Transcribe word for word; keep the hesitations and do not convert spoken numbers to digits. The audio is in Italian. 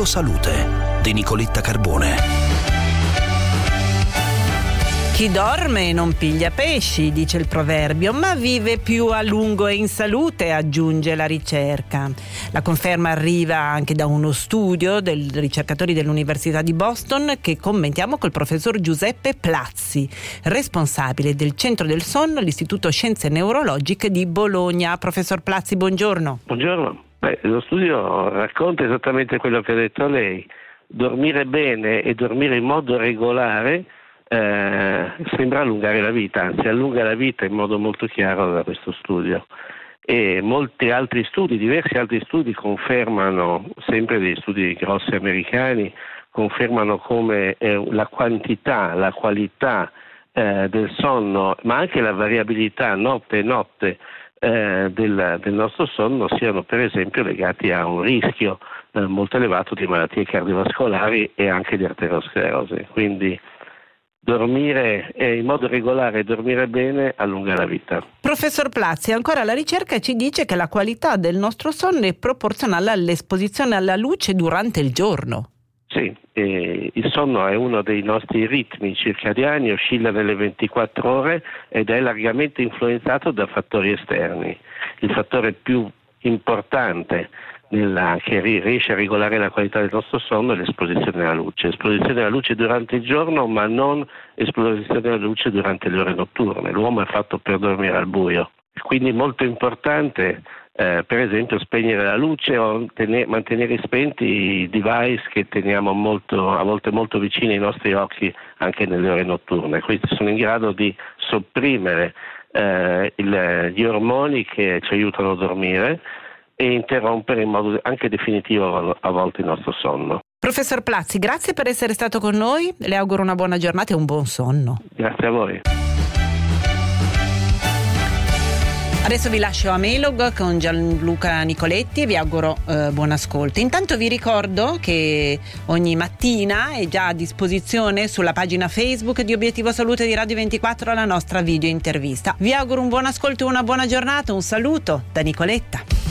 Obiettivo Salute di Nicoletta Carbone. Chi dorme non piglia pesci, dice il proverbio, ma vive più a lungo e in salute, aggiunge la ricerca. La conferma arriva anche da uno studio dei ricercatori dell'Università di Boston che commentiamo col professor Giuseppe Plazzi, responsabile del Centro del Sonno all'Istituto Scienze Neurologiche di Bologna. Professor Plazzi, buongiorno. Buongiorno. Beh, lo studio racconta esattamente quello che ha detto lei. Dormire bene e dormire in modo regolare Eh, sembra allungare la vita, anzi allunga la vita in modo molto chiaro da questo studio, e molti altri studi, diversi altri studi confermano, sempre degli studi grossi americani, confermano come eh, la quantità, la qualità eh, del sonno, ma anche la variabilità notte e notte eh, del, del nostro sonno siano per esempio legati a un rischio eh, molto elevato di malattie cardiovascolari e anche di arteriosclerosi. Quindi dormire in modo regolare e dormire bene allunga la vita. Professor Plazzi, ancora la ricerca ci dice che la qualità del nostro sonno è proporzionale all'esposizione alla luce durante il giorno. Sì, eh, il sonno è uno dei nostri ritmi circadiani, oscilla nelle ventiquattro ore ed è largamente influenzato da fattori esterni. Il fattore più importante nella, che riesce a regolare la qualità del nostro sonno è l'esposizione alla luce. Esposizione alla luce durante il giorno, ma non esposizione alla luce durante le ore notturne. L'uomo è fatto per dormire al buio. Quindi è molto importante, eh, per esempio, spegnere la luce o tenere, mantenere spenti i device che teniamo molto, a volte molto vicini ai nostri occhi anche nelle ore notturne. Questi sono in grado di sopprimere eh, il, gli ormoni che ci aiutano a dormire e interrompere in modo anche definitivo a volte il nostro sonno. Professor Plazzi, grazie per essere stato con noi, le auguro una buona giornata e un buon sonno. Grazie a voi. Adesso vi lascio a Melog con Gianluca Nicoletti e vi auguro eh, buon ascolto. Intanto vi ricordo che ogni mattina è già a disposizione sulla pagina Facebook di Obiettivo Salute di Radio ventiquattro la nostra video intervista. Vi auguro un buon ascolto e una buona giornata, un saluto da Nicoletta.